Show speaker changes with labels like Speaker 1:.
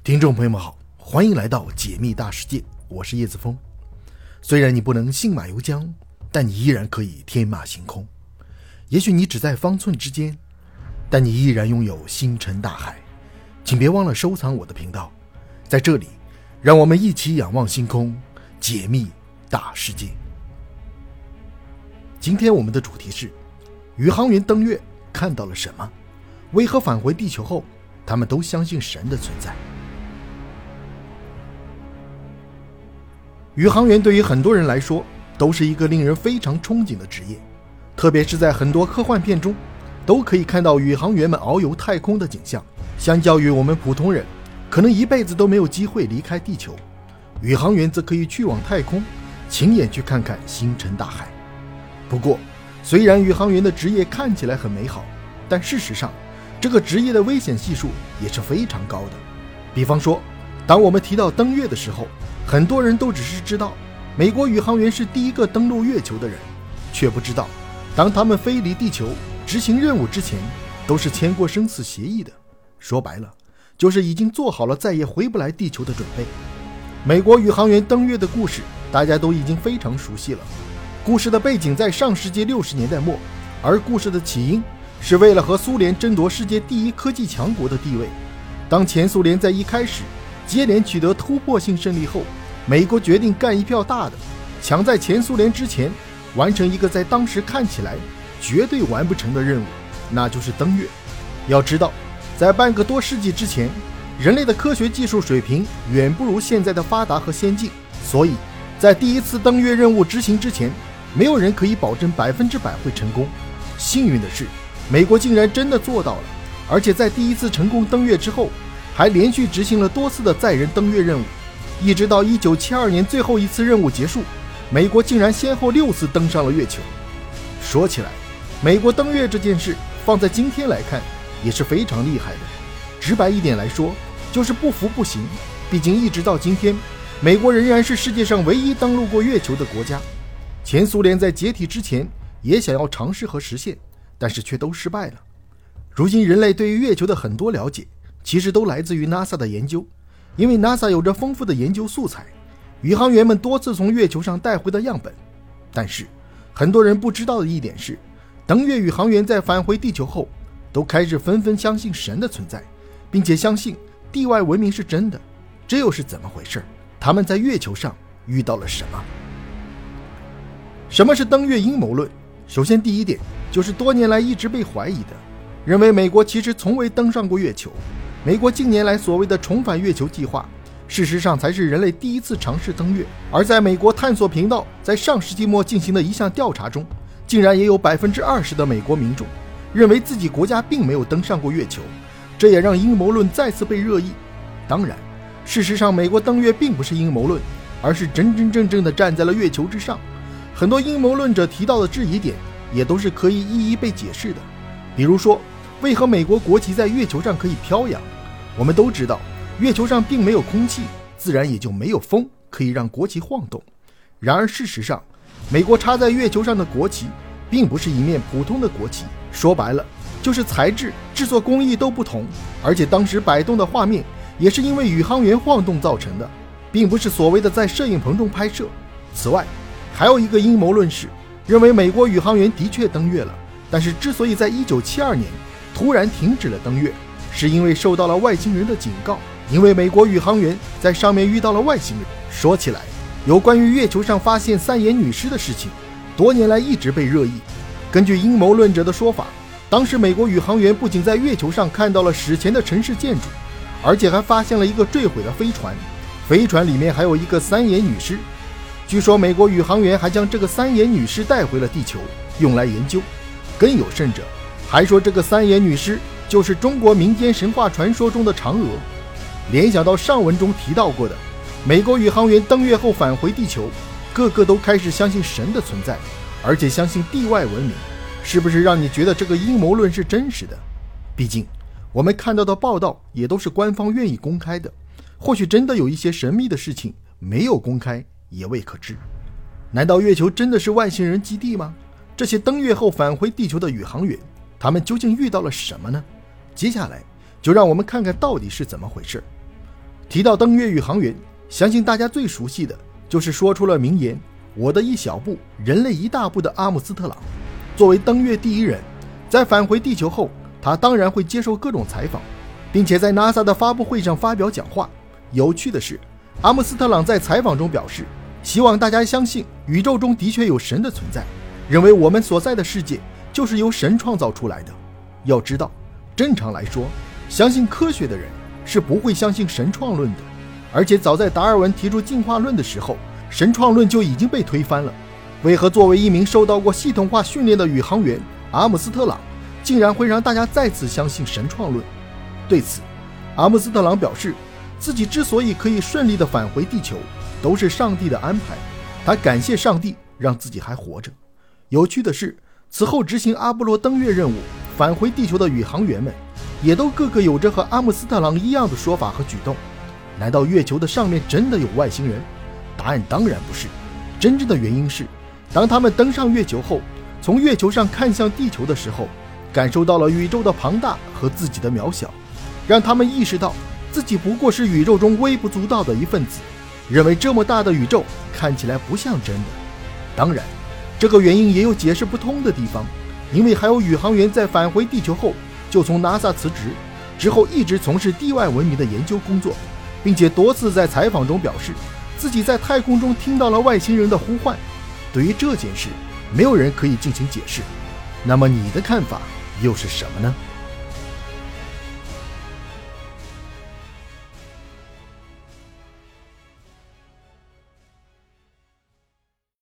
Speaker 1: 听众朋友们好，欢迎来到解密大世界，我是叶子峰。虽然你不能信马由缰，但你依然可以天马行空。也许你只在方寸之间，但你依然拥有星辰大海。请别忘了收藏我的频道，在这里让我们一起仰望星空，解密大世界。今天我们的主题是宇航员登月看到了什么？为何返回地球后他们都相信神的存在？宇航员对于很多人来说都是一个令人非常憧憬的职业，特别是在很多科幻片中都可以看到宇航员们遨游太空的景象。相较于我们普通人可能一辈子都没有机会离开地球，宇航员则可以去往太空，亲眼去看看星辰大海。不过虽然宇航员的职业看起来很美好，但事实上这个职业的危险系数也是非常高的。比方说，当我们提到登月的时候，很多人都只是知道美国宇航员是第一个登陆月球的人，却不知道当他们飞离地球执行任务之前都是签过生死协议的。说白了，就是已经做好了再也回不来地球的准备。美国宇航员登月的故事大家都已经非常熟悉了。故事的背景在上世纪60年代末，而故事的起因是为了和苏联争夺世界第一科技强国的地位。当前苏联在一开始接连取得突破性胜利后，美国决定干一票大的，抢在前苏联之前完成一个在当时看起来绝对完不成的任务，那就是登月。要知道，在半个多世纪之前，人类的科学技术水平远不如现在的发达和先进，所以在第一次登月任务执行之前，没有人可以保证100%会成功。幸运的是，美国竟然真的做到了，而且在第一次成功登月之后，还连续执行了多次的载人登月任务，一直到1972年最后一次任务结束，美国竟然先后6次登上了月球。说起来，美国登月这件事放在今天来看也是非常厉害的。直白一点来说，就是不服不行。毕竟一直到今天，美国仍然是世界上唯一登陆过月球的国家。前苏联在解体之前也想要尝试和实现，但是却都失败了。如今人类对于月球的很多了解其实都来自于 NASA 的研究，因为 NASA 有着丰富的研究素材，宇航员们多次从月球上带回的样本。但是很多人不知道的一点是，登月宇航员在返回地球后都开始纷纷相信神的存在，并且相信地外文明是真的。这又是怎么回事？他们在月球上遇到了什么？什么是登月阴谋论？首先第一点就是多年来一直被怀疑的，认为美国其实从未登上过月球。美国近年来所谓的重返月球计划，事实上才是人类第一次尝试登月。而在美国探索频道在上世纪末进行的一项调查中，竟然也有20%的美国民众认为自己国家并没有登上过月球，这也让阴谋论再次被热议。当然，事实上美国登月并不是阴谋论，而是真正的站在了月球之上。很多阴谋论者提到的质疑点也都是可以一一被解释的。比如说，为何美国国旗在月球上可以飘扬？我们都知道，月球上并没有空气，自然也就没有风可以让国旗晃动。然而事实上，美国插在月球上的国旗并不是一面普通的国旗，说白了就是材质、制作工艺都不同，而且当时摆动的画面也是因为宇航员晃动造成的，并不是所谓的在摄影棚中拍摄。此外，还有一个阴谋论是认为美国宇航员的确登月了，但是之所以在1972年突然停止了登月，是因为受到了外星人的警告，因为美国宇航员在上面遇到了外星人。说起来，有关于月球上发现3眼女尸的事情，多年来一直被热议。根据阴谋论者的说法，当时美国宇航员不仅在月球上看到了史前的城市建筑，而且还发现了一个坠毁的飞船，飞船里面还有一个3眼女尸。据说美国宇航员还将这个3眼女尸带回了地球，用来研究。更有甚者，还说这个3眼女尸就是中国民间神话传说中的嫦娥。联想到上文中提到过的美国宇航员登月后返回地球，个个都开始相信神的存在，而且相信地外文明，是不是让你觉得这个阴谋论是真实的？毕竟我们看到的报道也都是官方愿意公开的，或许真的有一些神秘的事情没有公开也未可知。难道月球真的是外星人基地吗？这些登月后返回地球的宇航员，他们究竟遇到了什么呢？接下来就让我们看看到底是怎么回事。 提到登月宇航员，相信大家最熟悉的就是说出了名言“我的一小步，人类一大步”的阿姆斯特朗。作为登月第一人，在返回地球后，他当然会接受各种采访，并且在 NASA 的发布会上发表讲话。有趣的是，阿姆斯特朗在采访中表示，希望大家相信宇宙中的确有神的存在，认为我们所在的世界就是由神创造出来的。要知道，正常来说，相信科学的人是不会相信神创论的，而且早在达尔文提出进化论的时候，神创论就已经被推翻了。为何作为一名受到过系统化训练的宇航员，阿姆斯特朗竟然会让大家再次相信神创论？对此，阿姆斯特朗表示，自己之所以可以顺利地返回地球，都是上帝的安排。他感谢上帝让自己还活着。有趣的是，此后执行阿波罗登月任务返回地球的宇航员们，也都个个有着和阿姆斯特朗一样的说法和举动。难道月球的上面真的有外星人？答案当然不是。真正的原因是，当他们登上月球后，从月球上看向地球的时候，感受到了宇宙的庞大和自己的渺小，让他们意识到自己不过是宇宙中微不足道的一份子，认为这么大的宇宙看起来不像真的。当然，这个原因也有解释不通的地方，因为还有宇航员在返回地球后就从 NASA 辞职，之后一直从事地外文明的研究工作，并且多次在采访中表示自己在太空中听到了外星人的呼唤。对于这件事，没有人可以进行解释。那么你的看法又是什么呢？